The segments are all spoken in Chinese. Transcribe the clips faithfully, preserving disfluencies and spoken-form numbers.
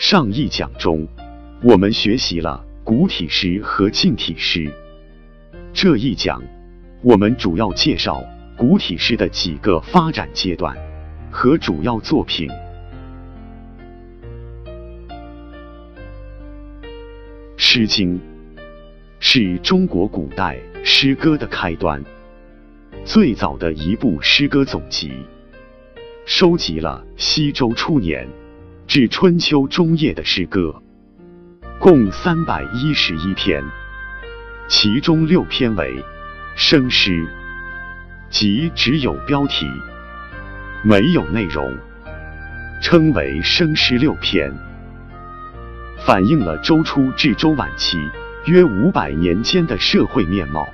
上一讲中，我们学习了古体诗和近体诗。这一讲，我们主要介绍古体诗的几个发展阶段和主要作品。《诗经》是中国古代诗歌的开端，最早的一部诗歌总集，收集了西周初年至春秋中叶的诗歌，共三百一十一篇，其中六篇为生诗，即只有标题，没有内容，称为生诗六篇，反映了周初至周晚期约五百年间的社会面貌。《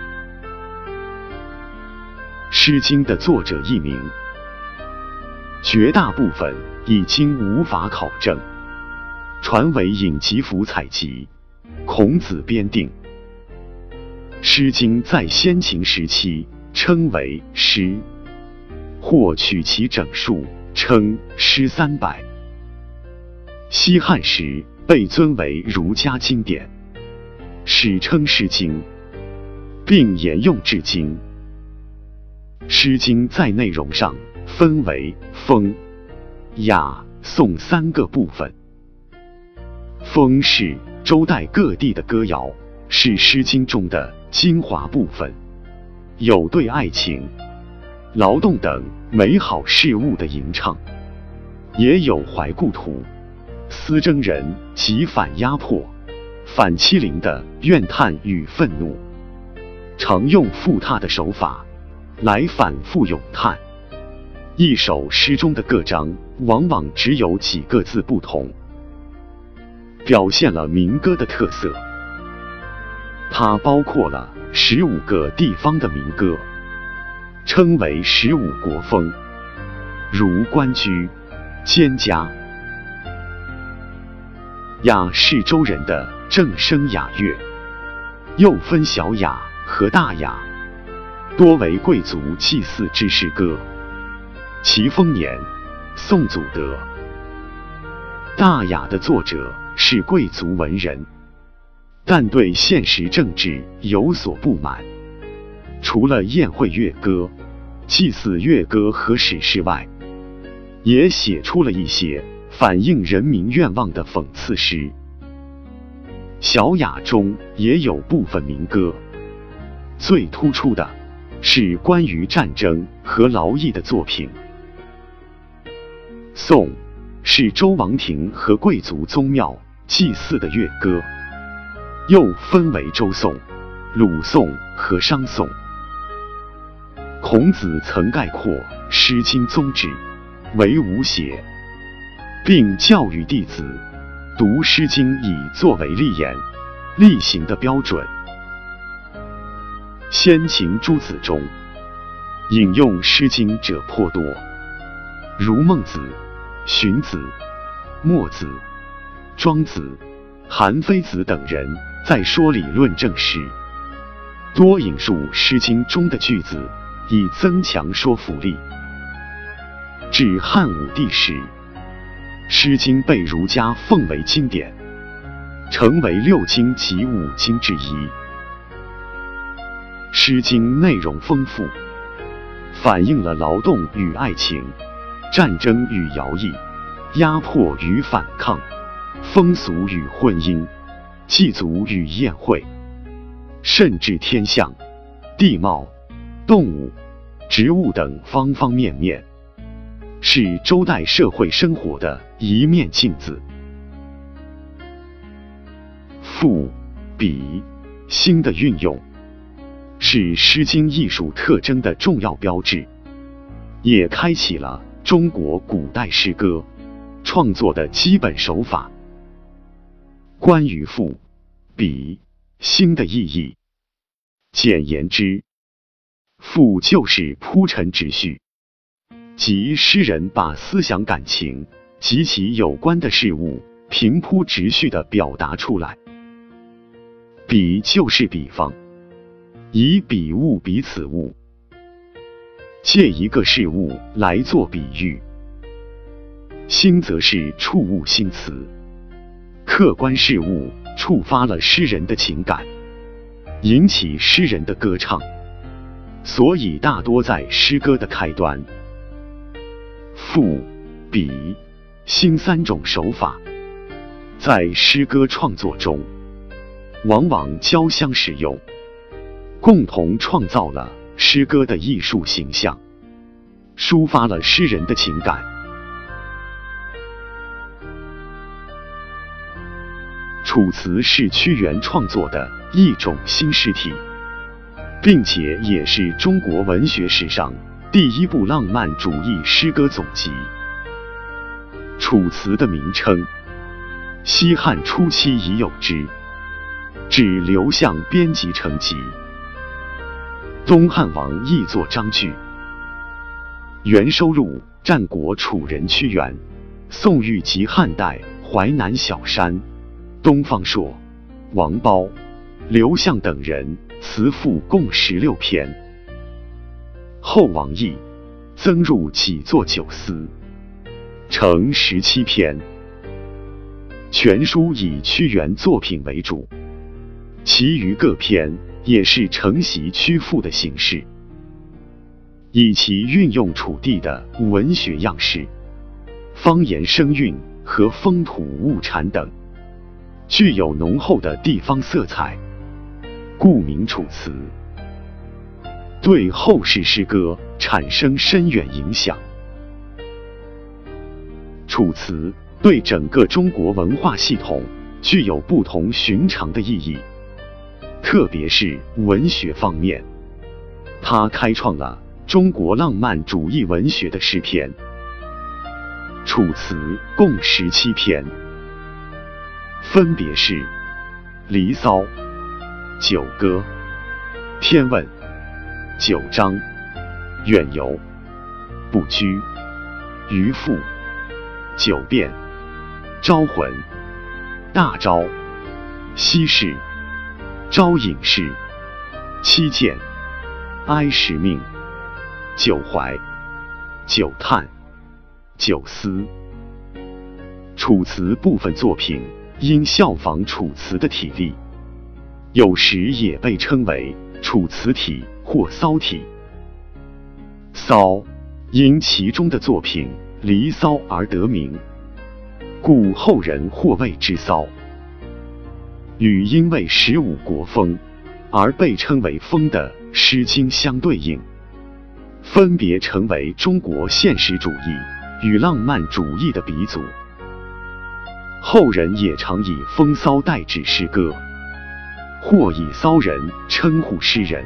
诗经》的作者佚名，绝大部分已经无法考证，传为尹吉甫采集，孔子编定。《诗经》在先秦时期称为诗，或取其整数，称诗三百。西汉时被尊为儒家经典，史称《诗经》，并沿用至今。《诗经》在内容上分为风、雅、颂三个部分。风是周代各地的歌谣，是《诗经》中的精华部分，有对爱情、劳动等美好事物的吟唱，也有怀故土、思征人及反压迫、反欺凌的怨叹与愤怒，常用复沓的手法来反复咏叹。一首诗中的各章往往只有几个字不同，表现了民歌的特色。它包括了十五个地方的民歌，称为十五国风，如关雎、蒹葭。雅是周人的正声雅乐，又分小雅和大雅，多为贵族祭祀之诗歌。其丰年，宋祖德。大雅的作者是贵族文人，但对现实政治有所不满，除了宴会乐歌、祭祀乐歌和史诗外，也写出了一些反映人民愿望的讽刺诗。小雅中也有部分民歌，最突出的是关于战争和劳役的作品。颂是周王庭和贵族宗庙祭祀的乐歌，又分为周颂、鲁颂和商颂。孔子曾概括《诗经》宗旨为无邪，并教育弟子读《诗经》以作为立言、立行的标准。先秦诸子中，引用《诗经》者颇多，如孟子、荀子、墨子、庄子、韩非子等人在说理论证诗，多引述《诗经》中的句子，以增强说服力。至汉武帝时，《诗经》被儒家奉为经典，成为六经及五经之一。《诗经》内容丰富，反映了劳动与爱情、战争与徭役、压迫与反抗、风俗与婚姻、祭祖与宴会，甚至天象、地貌、动物、植物等方方面面，是周代社会生活的一面镜子。赋、比、兴的运用，是《诗经》艺术特征的重要标志，也开启了中国古代诗歌创作的基本手法。关于赋、比、兴的意义，简言之，赋就是铺陈直叙，即诗人把思想感情及其有关的事物平铺直叙地表达出来。比就是比方，以彼物比此物，借一个事物来做比喻。兴则是触物心词， 客观事物触发了诗人的情感，引起诗人的歌唱，所以大多在诗歌的开端。赋、比、兴三种手法，在诗歌创作中往往交相使用，共同创造了诗歌的艺术形象，抒发了诗人的情感。楚辞是屈原创作的一种新诗体，并且也是中国文学史上第一部浪漫主义诗歌总集。楚辞的名称，西汉初期已有之，至刘向编辑成集。东汉王译作章句，原收录战国楚人屈原、宋玉及汉代淮南小山、东方朔、王褒、刘向等人词赋共十六篇。后王译，增入几作九思，成十七篇。全书以屈原作品为主，其余各篇也是承袭屈赋的形式，以其运用楚地的文学样式、方言声韵和风土物产等，具有浓厚的地方色彩，故名楚辞，对后世诗歌产生深远影响。楚辞对整个中国文化系统具有不同寻常的意义，特别是文学方面，它开创了中国浪漫主义文学的诗篇。楚辞共十七篇，分别是《离骚》、《九歌》、《天问》、《九章》、《远游》、《不居》、《渔父》、《九变》、《招魂》、《大招》、《西市》、《招隐士》、《七剑》、《哀时命》、《九怀》、《九叹》、《九思》。楚辞部分作品因效仿楚辞的体例，有时也被称为楚辞体或骚体。骚因其中的作品《离骚》而得名，故后人或谓之骚。与因为十五国风而被称为风的《诗经》相对应，分别成为中国现实主义与浪漫主义的鼻祖。后人也常以风骚代指诗歌，或以骚人称呼诗人。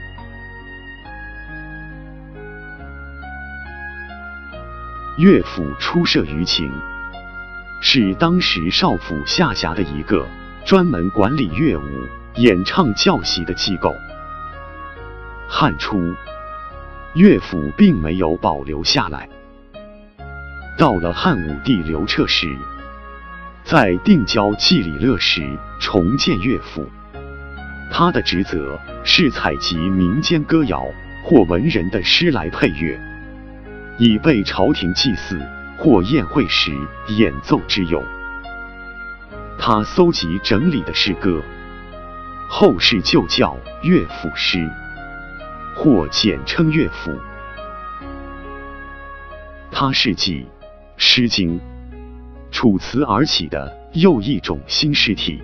乐府出设于秦，是当时少府下辖的一个专门管理乐舞、演唱教习的机构。汉初，乐府并没有保留下来。到了汉武帝刘彻时，在定郊季里乐时重建乐府，他的职责是采集民间歌谣或文人的诗来配乐，以备朝廷祭祀或宴会时演奏之用。他搜集整理的诗歌，后世就叫乐府诗，或简称乐府。它是继《诗经》、楚辞而起的又一种新诗体。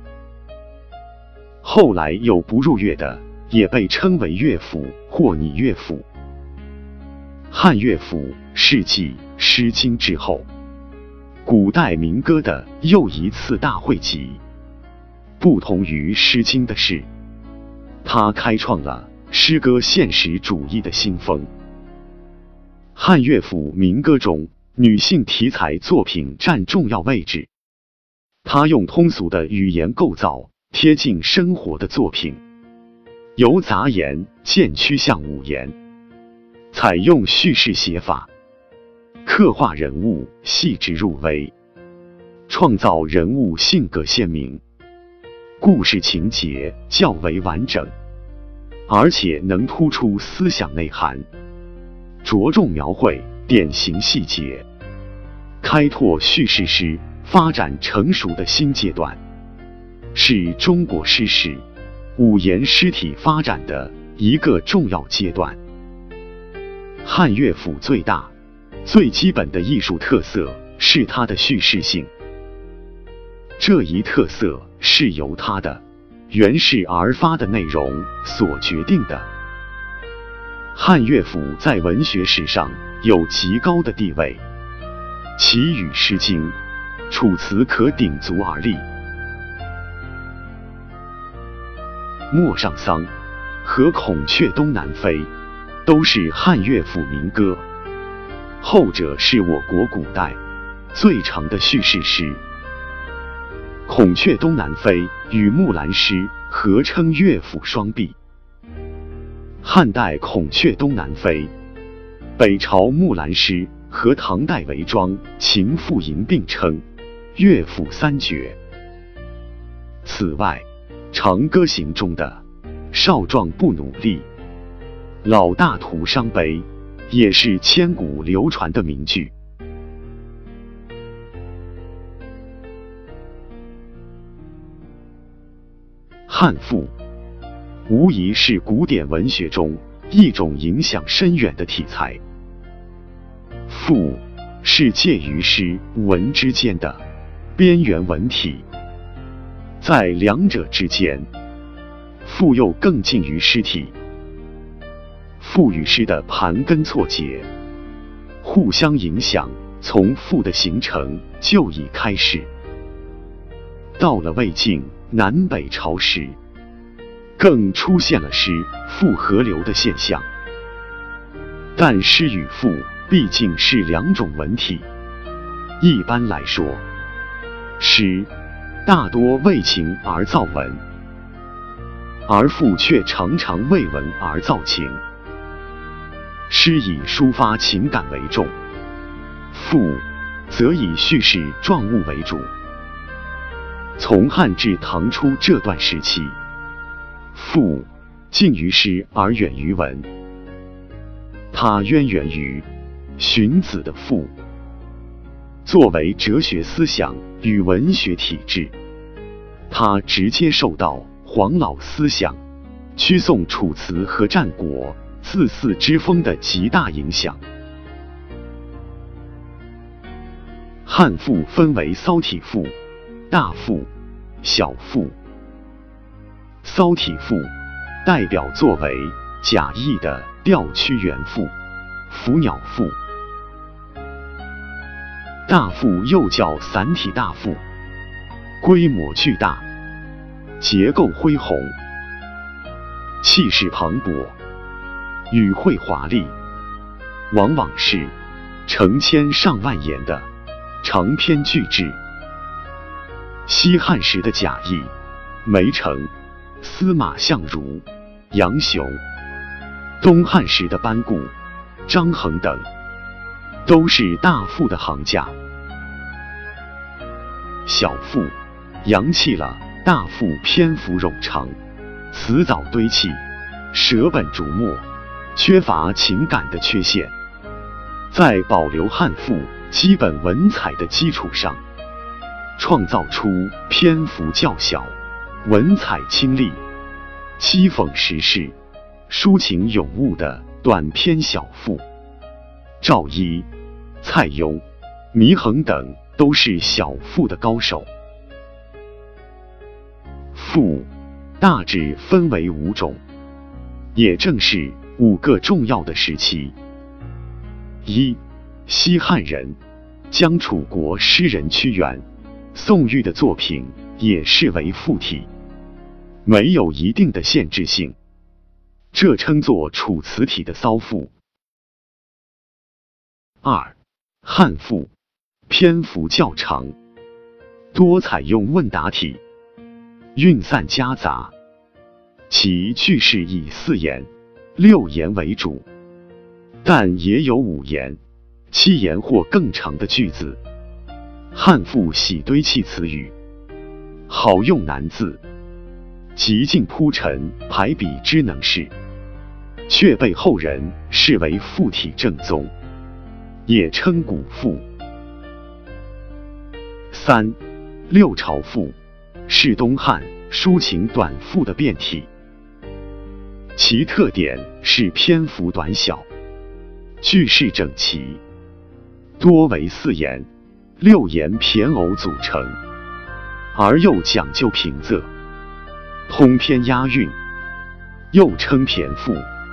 后来有不入乐的，也被称为乐府或拟乐府。汉乐府是继《诗经》之后，古代民歌的又一次大汇集。不同于《诗经》的是，它开创了诗歌现实主义的新风。汉乐府民歌中，女性题材作品占重要位置。它用通俗的语言构造贴近生活的作品，由杂言渐趋向五言，采用叙事写法，刻画人物细致入微，创造人物性格鲜明，故事情节较为完整，而且能突出思想内涵，着重描绘典型细节，开拓叙事诗发展成熟的新阶段，是中国诗史、五言诗体发展的一个重要阶段。汉乐府最大、最基本的艺术特色是它的叙事性，这一特色是由它的原始而发的内容所决定的。汉乐府在文学史上有极高的地位，其与《诗经》、《楚辞》可鼎足而立。陌上桑和孔雀东南飞都是汉乐府民歌，后者是我国古代最长的叙事诗。孔雀东南飞与木兰诗合称乐府双璧。汉代孔雀东南飞，北朝木兰诗和唐代韦庄秦妇吟并称乐府三绝。此外，《长歌行》中的少壮不努力，老大徒伤悲也是千古流传的名句。汉赋无疑是古典文学中一种影响深远的题材。赋是介于诗文之间的边缘文体，在两者之间，赋又更近于诗体。赋与诗的盘根错节，互相影响，从赋的形成就已开始。到了魏晋南北朝时，更出现了诗赋合流的现象。但诗与赋毕竟是两种文体，一般来说，诗大多为情而造文，而赋却常常为文而造情。诗以抒发情感为重，赋则以叙事状物为主。从汉至唐初这段时期，赋近于诗而远于文，它渊源于荀子的赋。作为哲学思想与文学体制，它直接受到黄老思想、屈宋楚辞和战国四四之风的极大影响。汉赋分为骚体赋、大赋、小赋。骚体赋代表作为贾谊的调屈原赋、伏鸟赋。大赋又叫散体大赋，规模巨大，结构恢宏，气势磅礴，语汇华丽，往往是成千上万言的长篇巨制。西汉时的贾谊、梅城、司马相如、杨雄，东汉时的班固、张衡等，都是大赋的行家。小赋扬弃了大赋篇幅冗长、辞藻堆砌、舍本逐末、缺乏情感的缺陷，在保留汉赋基本文采的基础上，创造出篇幅较小、文采清丽、讥讽时事、抒情咏物的短篇小赋。赵一、蔡邕、祢衡等都是小赋的高手。赋大致分为五种，也正是五个重要的时期。一、西汉人将楚国诗人屈原、宋玉的作品也视为赋体，没有一定的限制性，这称作楚辞体的骚赋。二、汉赋篇幅较长，多采用问答体，蕴散夹杂，其句式以四言、六言为主，但也有五言、七言或更长的句子。汉赋喜堆砌词语，好用难字，极尽铺陈排比之能事，却被后人视为赋体正宗，也称古赋。 三、六朝赋是东汉抒情短赋的变体，其特点是篇幅短小，句式整齐，多为四言、六言骈偶组成，而又讲究平仄，通篇押韵，又称骈赋。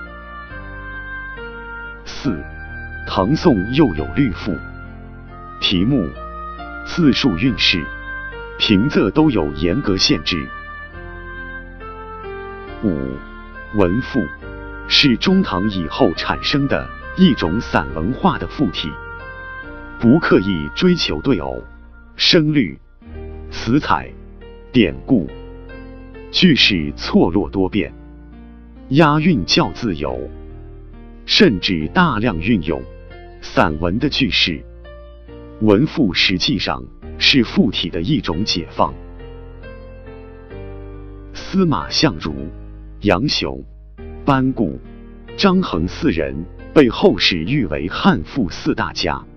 四、唐宋又有律赋，题目、字数、韵式、平仄都有严格限制。五、文赋是中唐以后产生的一种散文化的赋体，不刻意追求对偶、声律、词采、典故，句式错落多变，押韵较自由，甚至大量运用散文的句式。文赋实际上是赋体的一种解放。司马相如、杨雄、班固、张衡四人被后世誉为汉赋四大家。